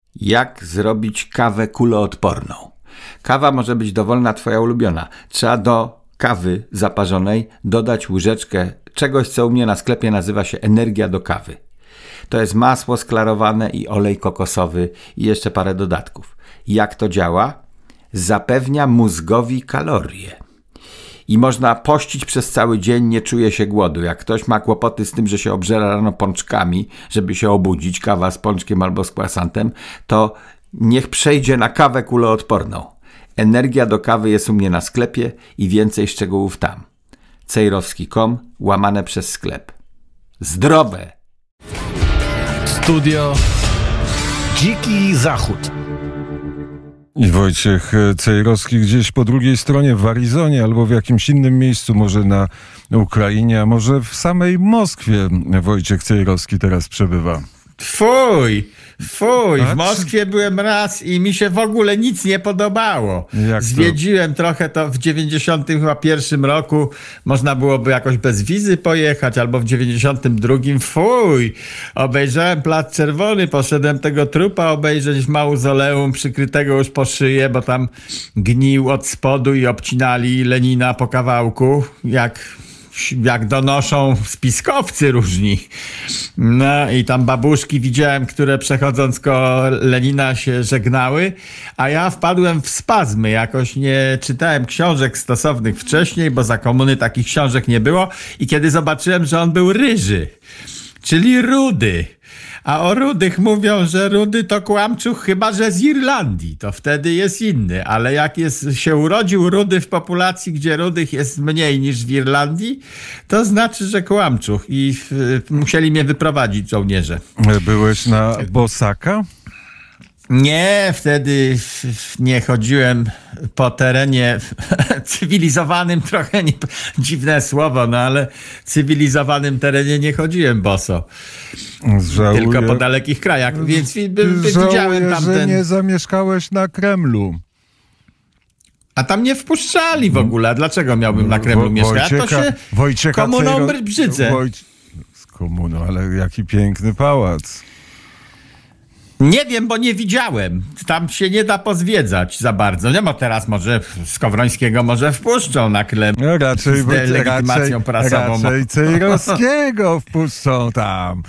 Jak zrobić kawę kuloodporną? Kawa może być dowolna, twoja ulubiona. Trzeba do kawy zaparzonej dodać łyżeczkę czegoś, co u mnie na sklepie nazywa się energia do kawy. To jest masło sklarowane i olej kokosowy i jeszcze parę dodatków. Jak to działa? Zapewnia mózgowi kalorie. I można pościć przez cały dzień, nie czuje się głodu. Jak ktoś ma kłopoty z tym, że się obżera rano pączkami, żeby się obudzić, kawa z pączkiem albo z croissantem, to niech przejdzie na kawę kuloodporną. Energia do kawy jest u mnie na sklepie i więcej szczegółów tam. cejrowski.com/sklep. Zdrowe! Studio Dziki Zachód. I Wojciech Cejrowski gdzieś po drugiej stronie w Arizonie albo w jakimś innym miejscu, może na Ukrainie, a może w samej Moskwie Wojciech Cejrowski teraz przebywa. Fuj! W Moskwie byłem raz i mi się w ogóle nic nie podobało. Zwiedziłem trochę to w 91 roku. Można byłoby jakoś bez wizy pojechać, albo w 92. Fuj! Obejrzałem Plac Czerwony, poszedłem tego trupa obejrzeć w mauzoleum, przykrytego już po szyję, bo tam gnił od spodu i obcinali Lenina po kawałku, jak donoszą spiskowcy różni. No i tam babuszki widziałem, które przechodząc koło Lenina się żegnały, a ja wpadłem w spazmy. Jakoś nie czytałem książek stosownych wcześniej, bo za komuny takich książek nie było. I kiedy zobaczyłem, że on był ryży, czyli rudy. A o rudych mówią, że rudy to kłamczuch, chyba że z Irlandii. To wtedy jest inny. Ale jak się urodził rudy w populacji, gdzie rudych jest mniej niż w Irlandii, to znaczy, że kłamczuch. I musieli mnie wyprowadzić żołnierze. Byłeś na Bosaka? Nie, wtedy nie chodziłem po terenie cywilizowanym, trochę dziwne słowo, no ale cywilizowanym terenie nie chodziłem boso. Żałuję, tylko po dalekich krajach, więc widziałem tamten... że nie zamieszkałeś na Kremlu. A tam nie wpuszczali w ogóle. Dlaczego miałbym na Kremlu mieszkać? Ja to się komuną brzydzę. Z komuną, ale jaki piękny pałac. Nie wiem, bo nie widziałem. Tam się nie da pozwiedzać za bardzo. Nie, bo teraz może Skowrońskiego może wpuszczą na Kreml. No raczej, z legitymacją prasową. Raczej Cejrowskiego wpuszczą tam.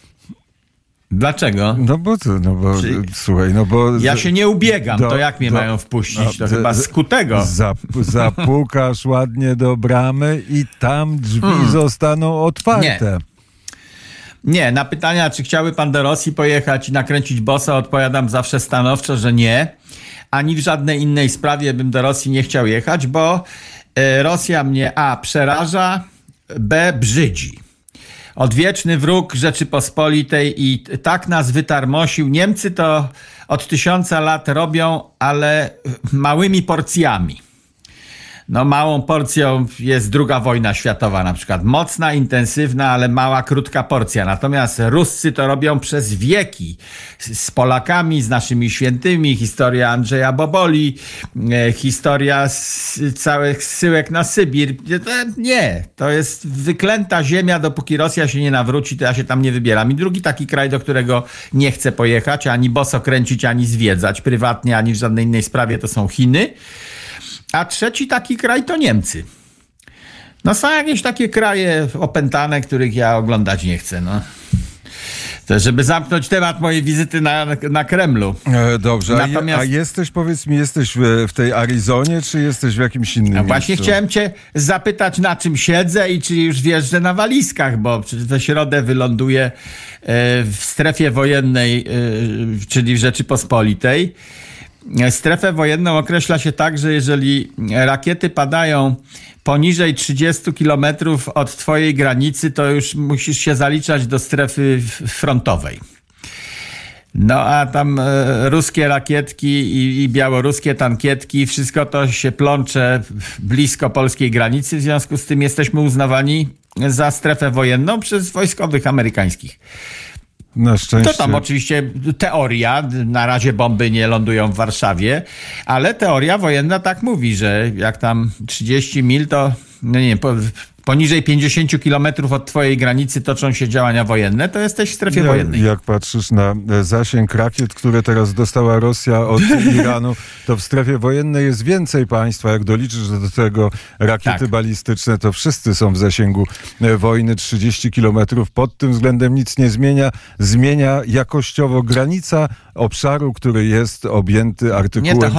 Dlaczego? Słuchaj, ja się nie ubiegam, to jak mnie mają wpuścić? To chyba skutego. Zapukasz ładnie do bramy i tam drzwi zostaną otwarte. Nie, na pytania, czy chciałby pan do Rosji pojechać i nakręcić bossa, odpowiadam zawsze stanowczo, że nie. Ani w żadnej innej sprawie bym do Rosji nie chciał jechać, bo Rosja mnie A. przeraża, B. brzydzi. Odwieczny wróg Rzeczypospolitej i tak nas wytarmosił. Niemcy to od 1000 lat robią, ale małymi porcjami. No małą porcją jest II wojna światowa na przykład. Mocna, intensywna, ale mała, krótka porcja. Natomiast Ruscy to robią przez wieki. Z Polakami, z naszymi świętymi. Historia Andrzeja Boboli. Historia całych zsyłek na Sybir. Nie, to jest wyklęta ziemia. Dopóki Rosja się nie nawróci, to ja się tam nie wybieram. I drugi taki kraj, do którego nie chcę pojechać, ani boso kręcić, ani zwiedzać prywatnie, ani w żadnej innej sprawie, to są Chiny. A trzeci taki kraj to Niemcy. No są jakieś takie kraje opętane, których ja oglądać nie chcę. No. To żeby zamknąć temat mojej wizyty na Kremlu. Dobrze, natomiast... a jesteś, powiedz mi, jesteś w tej Arizonie, czy jesteś w jakimś innym miejscu? Właśnie chciałem cię zapytać, na czym siedzę i czy już wjeżdżę na walizkach, bo we środę wyląduję w strefie wojennej, czyli w Rzeczypospolitej. Strefę wojenną określa się tak, że jeżeli rakiety padają poniżej 30 kilometrów od twojej granicy, to już musisz się zaliczać do strefy frontowej. No a tam ruskie rakietki i białoruskie tankietki, wszystko to się plącze blisko polskiej granicy, w związku z tym jesteśmy uznawani za strefę wojenną przez wojskowych amerykańskich. Na szczęście. To tam oczywiście teoria, na razie bomby nie lądują w Warszawie, ale teoria wojenna tak mówi, że jak tam 30 mil to, no nie, poniżej 50 kilometrów od twojej granicy toczą się działania wojenne, to jesteś w strefie wojennej. Jak patrzysz na zasięg rakiet, które teraz dostała Rosja od Iranu, to w strefie wojennej jest więcej państwa. Jak doliczysz do tego rakiety balistyczne, to wszyscy są w zasięgu wojny. 30 kilometrów pod tym względem nic nie zmienia. Zmienia jakościowo granica obszaru, który jest objęty artykułem 5.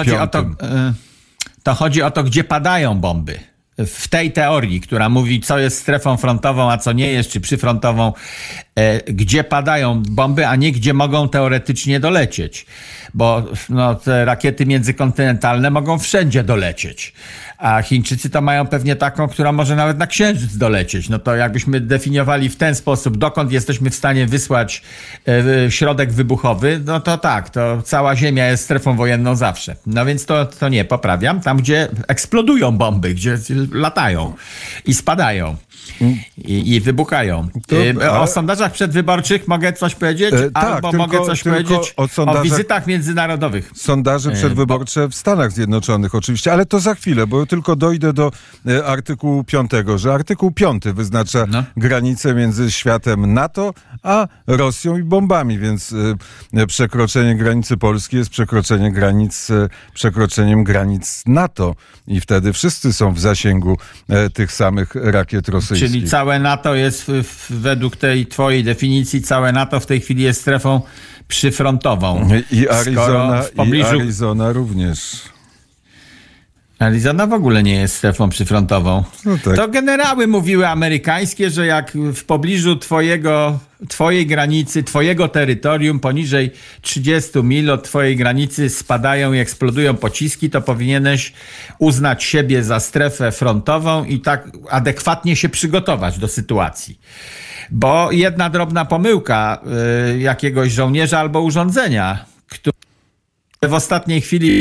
To chodzi o to, gdzie padają bomby. W tej teorii, która mówi, co jest strefą frontową, a co nie jest, czy przyfrontową, gdzie padają bomby, a nie gdzie mogą teoretycznie dolecieć. Bo te rakiety międzykontynentalne mogą wszędzie dolecieć. A Chińczycy to mają pewnie taką, która może nawet na Księżyc dolecieć. No to jakbyśmy definiowali w ten sposób, dokąd jesteśmy w stanie wysłać środek wybuchowy, no to tak, to cała Ziemia jest strefą wojenną zawsze. No więc to nie, poprawiam. Tam, gdzie eksplodują bomby, gdzie latają i spadają. I wybuchają. O sondażach przedwyborczych mogę coś powiedzieć? Albo mogę coś powiedzieć o wizytach międzynarodowych. Sondaże przedwyborcze w Stanach Zjednoczonych oczywiście, ale to za chwilę, bo tylko dojdę do artykułu 5, że artykuł 5 wyznacza granicę między światem NATO a Rosją i bombami, więc przekroczenie granicy Polski jest przekroczeniem granic NATO i wtedy wszyscy są w zasięgu tych samych rakiet rosyjskich. Czyli całe NATO jest, według tej twojej definicji, całe NATO w tej chwili jest strefą przyfrontową. I Arizona również. Arizona w ogóle nie jest strefą przyfrontową. No tak. To generały mówiły amerykańskie, że jak w pobliżu twojej granicy, twojego terytorium, poniżej 30 mil od twojej granicy spadają i eksplodują pociski, to powinieneś uznać siebie za strefę frontową i tak adekwatnie się przygotować do sytuacji. Bo jedna drobna pomyłka jakiegoś żołnierza albo urządzenia, który w ostatniej chwili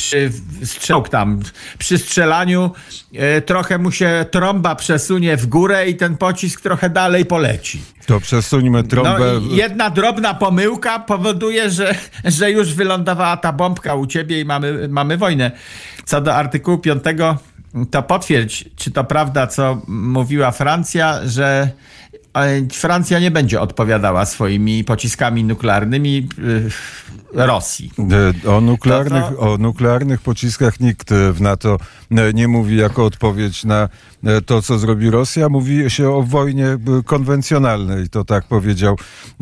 przy strzelaniu trochę mu się trąba przesunie w górę i ten pocisk trochę dalej poleci. To przesuńmy trąbę. No, jedna drobna pomyłka powoduje, że już wylądowała ta bombka u ciebie i mamy wojnę. Co do artykułu 5, to potwierdź, czy to prawda, co mówiła Francja, że Francja nie będzie odpowiadała swoimi pociskami nuklearnymi Rosji. O nuklearnych pociskach nikt w NATO nie mówi jako odpowiedź na to, co zrobi Rosja. Mówi się o wojnie konwencjonalnej. To tak powiedział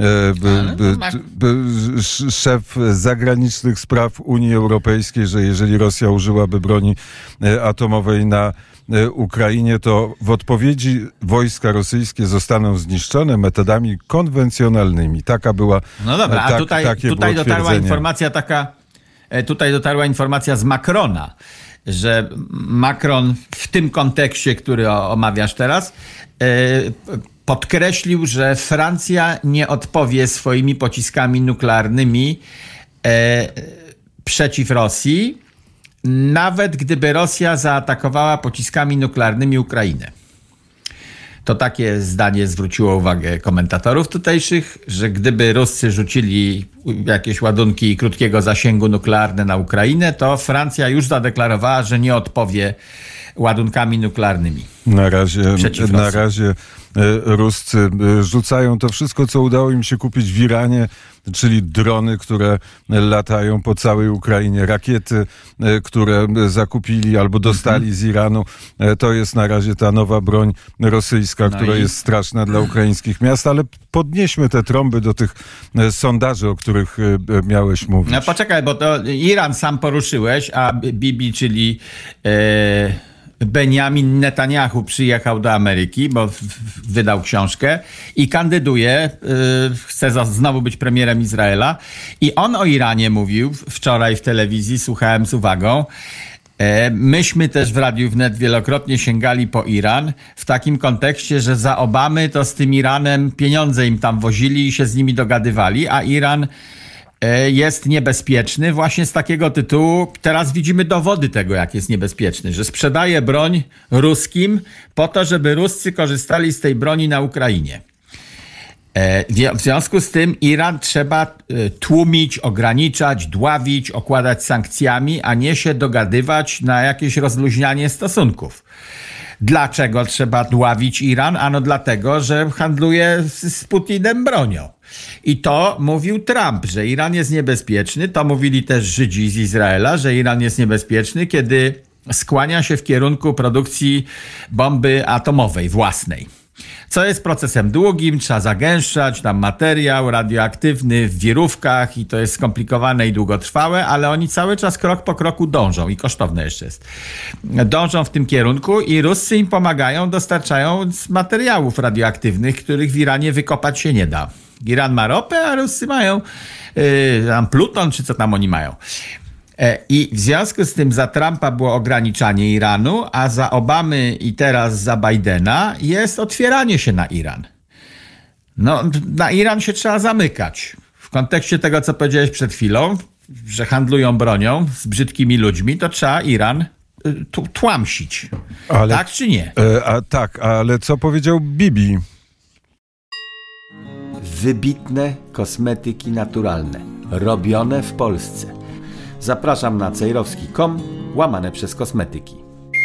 szef zagranicznych spraw Unii Europejskiej, że jeżeli Rosja użyłaby broni atomowej na Ukrainie, to w odpowiedzi wojska rosyjskie zostaną zniszczone metodami konwencjonalnymi. Taka była. No dobra, a tutaj dotarła informacja z Macrona, że Macron w tym kontekście, który omawiasz teraz, podkreślił, że Francja nie odpowie swoimi pociskami nuklearnymi przeciw Rosji, nawet gdyby Rosja zaatakowała pociskami nuklearnymi Ukrainę. To takie zdanie zwróciło uwagę komentatorów tutejszych, że gdyby Ruscy rzucili jakieś ładunki krótkiego zasięgu nuklearne na Ukrainę, to Francja już zadeklarowała, że nie odpowie ładunkami nuklearnymi. Na razie Ruscy rzucają to wszystko, co udało im się kupić w Iranie, czyli drony, które latają po całej Ukrainie, rakiety, które zakupili albo dostali z Iranu. To jest na razie ta nowa broń rosyjska, która jest straszna dla ukraińskich miast, ale podnieśmy te trąby do tych sondaży, o których miałeś mówić. No poczekaj, bo to Iran sam poruszyłeś, a Bibi, czyli Benjamin Netanyahu przyjechał do Ameryki, bo wydał książkę i kandyduje, chce znowu być premierem Izraela. I on o Iranie mówił wczoraj w telewizji, słuchałem z uwagą. Myśmy też w Radiu Wnet wielokrotnie sięgali po Iran w takim kontekście, że za Obamy to z tym Iranem pieniądze im tam wozili i się z nimi dogadywali, a Iran jest niebezpieczny właśnie z takiego tytułu. Teraz widzimy dowody tego, jak jest niebezpieczny, że sprzedaje broń ruskim po to, żeby Ruscy korzystali z tej broni na Ukrainie. W związku z tym Iran trzeba tłumić, ograniczać, dławić, okładać sankcjami, a nie się dogadywać na jakieś rozluźnianie stosunków. Dlaczego trzeba dławić Iran? Ano dlatego, że handluje z Putinem bronią. I to mówił Trump, że Iran jest niebezpieczny. To mówili też Żydzi z Izraela, że Iran jest niebezpieczny, kiedy skłania się w kierunku produkcji bomby atomowej własnej. Co jest procesem długim, trzeba zagęszczać tam materiał radioaktywny w wirówkach i to jest skomplikowane i długotrwałe, ale oni cały czas krok po kroku dążą i kosztowne jeszcze jest. Dążą w tym kierunku i Ruscy im pomagają, dostarczając materiałów radioaktywnych, których w Iranie wykopać się nie da. Iran ma ropę, a Ruscy mają tam pluton, czy co tam oni mają. I w związku z tym za Trumpa było ograniczanie Iranu, a za Obamy i teraz za Bidena jest otwieranie się na Iran. No, na Iran się trzeba zamykać. W kontekście tego, co powiedziałeś przed chwilą, że handlują bronią z brzydkimi ludźmi, to trzeba Iran tłamsić. Ale, tak czy nie? Tak, ale co powiedział Bibi? Wybitne kosmetyki naturalne, robione w Polsce. Zapraszam na cejrowski.com /kosmetyki.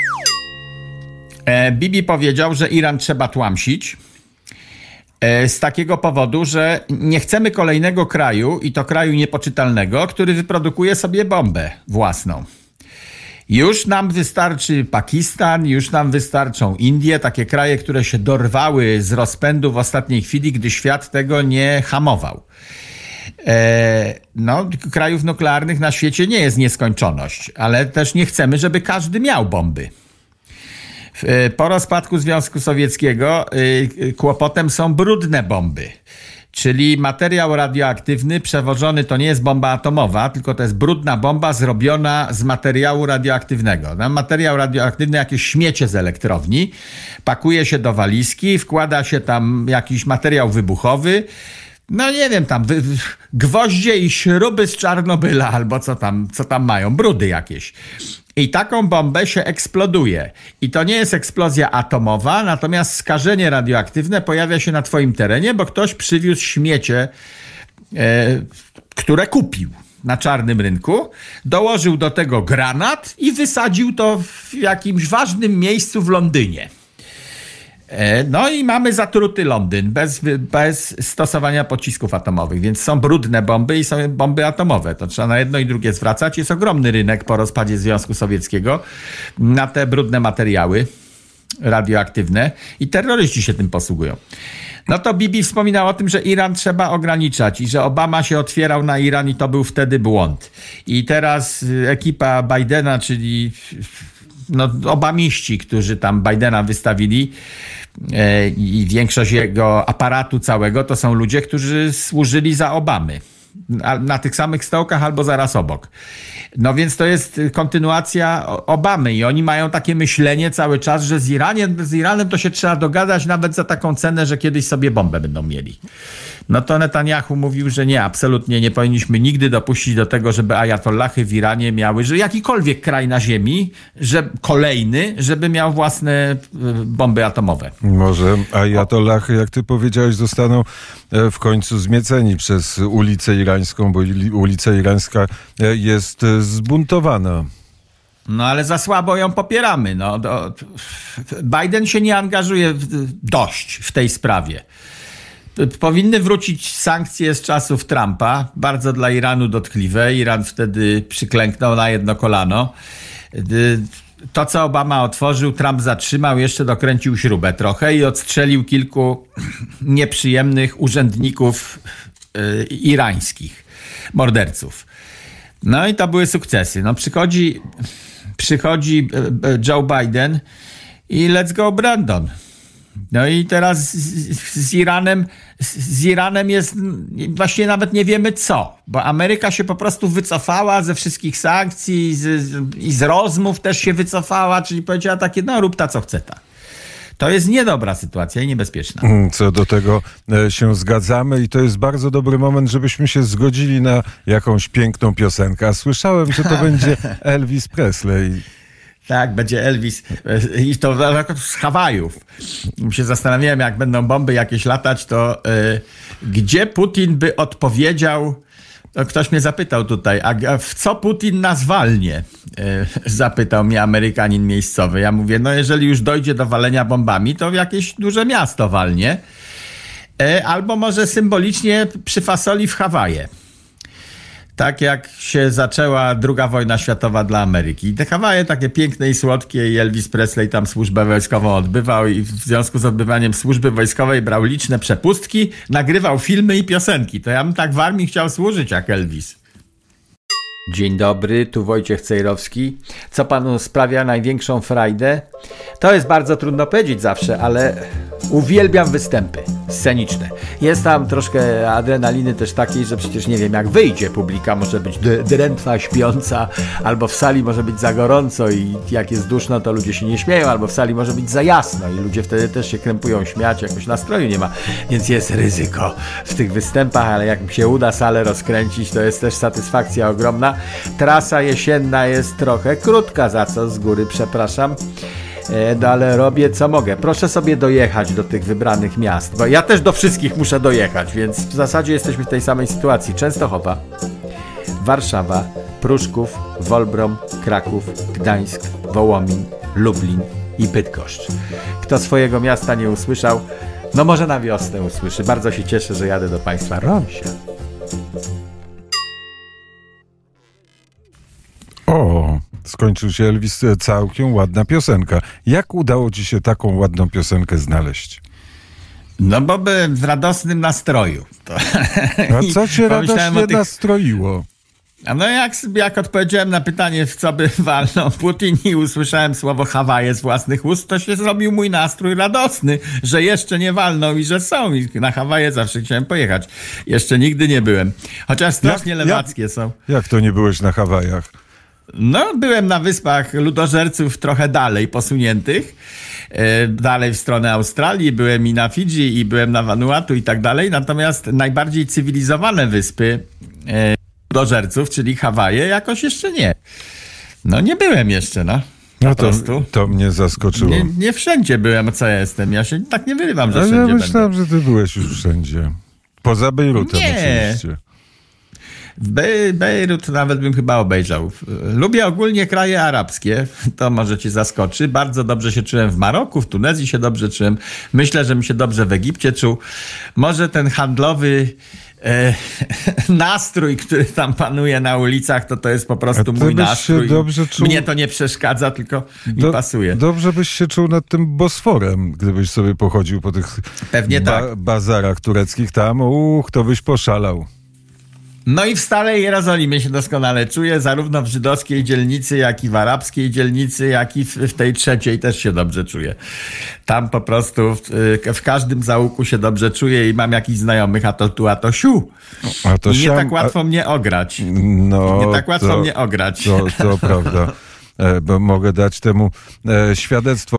Bibi powiedział, że Iran trzeba tłamsić z takiego powodu, że nie chcemy kolejnego kraju, i to kraju niepoczytalnego, który wyprodukuje sobie bombę własną. Już nam wystarczy Pakistan, już nam wystarczą Indie, takie kraje, które się dorwały z rozpędu w ostatniej chwili, gdy świat tego nie hamował. No, krajów nuklearnych na świecie nie jest nieskończoność, ale też nie chcemy, żeby każdy miał bomby. Po rozpadku Związku Sowieckiego kłopotem są brudne bomby, czyli materiał radioaktywny przewożony, to nie jest bomba atomowa, tylko to jest brudna bomba zrobiona z materiału radioaktywnego. Tam materiał radioaktywny, jakieś śmiecie z elektrowni, pakuje się do walizki, wkłada się tam jakiś materiał wybuchowy, no nie wiem, tam gwoździe i śruby z Czarnobyla albo co tam mają, brudy jakieś. I taką bombę się eksploduje. I to nie jest eksplozja atomowa, natomiast skażenie radioaktywne pojawia się na twoim terenie, bo ktoś przywiózł śmiecie, które kupił na czarnym rynku, dołożył do tego granat i wysadził to w jakimś ważnym miejscu w Londynie. No i mamy zatruty Londyn bez stosowania pocisków atomowych, więc są brudne bomby i są bomby atomowe. To trzeba na jedno i drugie zwracać. Jest ogromny rynek po rozpadzie Związku Sowieckiego na te brudne materiały radioaktywne i terroryści się tym posługują. No to Bibi wspominał o tym, że Iran trzeba ograniczać i że Obama się otwierał na Iran i to był wtedy błąd. I teraz ekipa Bidena, czyli obamiści, którzy tam Bidena wystawili i większość jego aparatu całego, to są ludzie, którzy służyli za Obamy. Na tych samych stołkach albo zaraz obok. No więc to jest kontynuacja Obamy i oni mają takie myślenie cały czas, że z Iranem to się trzeba dogadać nawet za taką cenę, że kiedyś sobie bombę będą mieli. No to Netanyahu mówił, że nie, absolutnie nie powinniśmy nigdy dopuścić do tego, żeby ajatollahy w Iranie miały, że jakikolwiek kraj na ziemi, że kolejny, żeby miał własne bomby atomowe. Może ajatollahy, jak ty powiedziałeś, zostaną w końcu zmieceni przez ulicę irańską, bo ulica irańska jest zbuntowana. No ale za słabo ją popieramy. No, Biden się nie angażuje dość w tej sprawie. Powinny wrócić sankcje z czasów Trumpa, bardzo dla Iranu dotkliwe. Iran wtedy przyklęknął na jedno kolano. To, co Obama otworzył, Trump zatrzymał, jeszcze dokręcił śrubę trochę i odstrzelił kilku nieprzyjemnych urzędników irańskich, morderców. No i to były sukcesy. No przychodzi Joe Biden i let's go Brandon. No i teraz z Iranem jest, właśnie nawet nie wiemy co, bo Ameryka się po prostu wycofała ze wszystkich sankcji i z rozmów też się wycofała, czyli powiedziała takie, no rób ta co chce ta. To jest niedobra sytuacja i niebezpieczna. Co do tego się zgadzamy i to jest bardzo dobry moment, żebyśmy się zgodzili na jakąś piękną piosenkę. A słyszałem, że to będzie Elvis Presley. Tak, będzie Elvis i to z Hawajów. Się zastanawiałem, jak będą bomby jakieś latać, to gdzie Putin by odpowiedział Ktoś mnie zapytał tutaj, a w co Putin nas walnie? Zapytał mnie Amerykanin miejscowy. Ja mówię, no jeżeli już dojdzie do walenia bombami, to w jakieś duże miasto walnie. Albo może symbolicznie przyfasoli w Hawaje. Tak jak się zaczęła II wojna światowa dla Ameryki. I te Hawaje takie piękne i słodkie i Elvis Presley tam służbę wojskową odbywał i w związku z odbywaniem służby wojskowej brał liczne przepustki, nagrywał filmy i piosenki. To ja bym tak w armii chciał służyć jak Elvis. Dzień dobry, tu Wojciech Cejrowski. Co panu sprawia największą frajdę? To jest bardzo trudno powiedzieć zawsze, ale uwielbiam występy sceniczne. Jest tam troszkę adrenaliny też takiej, że przecież nie wiem, jak wyjdzie publika, może być drętwa, śpiąca, albo w sali może być za gorąco i jak jest duszno, to ludzie się nie śmieją, albo w sali może być za jasno i ludzie wtedy też się krępują śmiać, jakoś nastroju nie ma, więc jest ryzyko w tych występach, ale jak mi się uda salę rozkręcić, to jest też satysfakcja ogromna. Trasa jesienna jest trochę krótka, za co z góry przepraszam. Ale robię co mogę. Proszę sobie dojechać do tych wybranych miast, bo ja też do wszystkich muszę dojechać, więc w zasadzie jesteśmy w tej samej sytuacji. Częstochowa, Warszawa, Pruszków, Wolbrom, Kraków, Gdańsk, Wołomin, Lublin i Bydgoszcz. Kto swojego miasta nie usłyszał, no może na wiosnę usłyszy. Bardzo się cieszę, że jadę do Państwa. Romsia. O, skończył się Elvis, całkiem ładna piosenka. Jak udało ci się taką ładną piosenkę znaleźć? No bo byłem w radosnym nastroju. A co cię radośnie nastroiło? No jak odpowiedziałem na pytanie, w co by walnął Putin i usłyszałem słowo Hawaje z własnych ust, to się zrobił mój nastrój radosny, że jeszcze nie walną i że są. I na Hawaje zawsze chciałem pojechać. Jeszcze nigdy nie byłem. Chociaż strasznie lewackie są. Jak to nie byłeś na Hawajach? No, byłem na wyspach ludożerców trochę dalej posuniętych, dalej w stronę Australii, byłem i na Fidżi, i byłem na Vanuatu i tak dalej, natomiast najbardziej cywilizowane wyspy ludożerców, czyli Hawaje, jakoś jeszcze nie. No, nie byłem jeszcze, no. No to mnie zaskoczyło. Nie wszędzie byłem, co ja jestem. Ja się tak nie wyrywam, że wszędzie ja myślałem, będę. że ty byłeś już wszędzie. Poza Bejrutem oczywiście. Bejrut nawet bym chyba obejrzał. Lubię ogólnie kraje arabskie, to może cię zaskoczy. Bardzo dobrze się czułem w Maroku, w Tunezji się dobrze czułem. Myślę, że bym się dobrze w Egipcie czuł. Może ten handlowy nastrój, który tam panuje na ulicach, to jest po prostu mój nastrój. Mnie to nie przeszkadza, tylko mi pasuje. Dobrze byś się czuł nad tym Bosforem, gdybyś sobie pochodził po tych pewnie bazarach tureckich tam. To byś poszalał. No i w Starej Jerozolimie się doskonale czuję, zarówno w żydowskiej dzielnicy, jak i w arabskiej dzielnicy, jak i w tej trzeciej też się dobrze czuję. Tam po prostu w każdym zaułku się dobrze czuję i mam jakichś znajomych, a to siu. I nie tak łatwo mnie ograć. No, nie tak łatwo mnie ograć. To prawda, bo mogę dać temu świadectwo.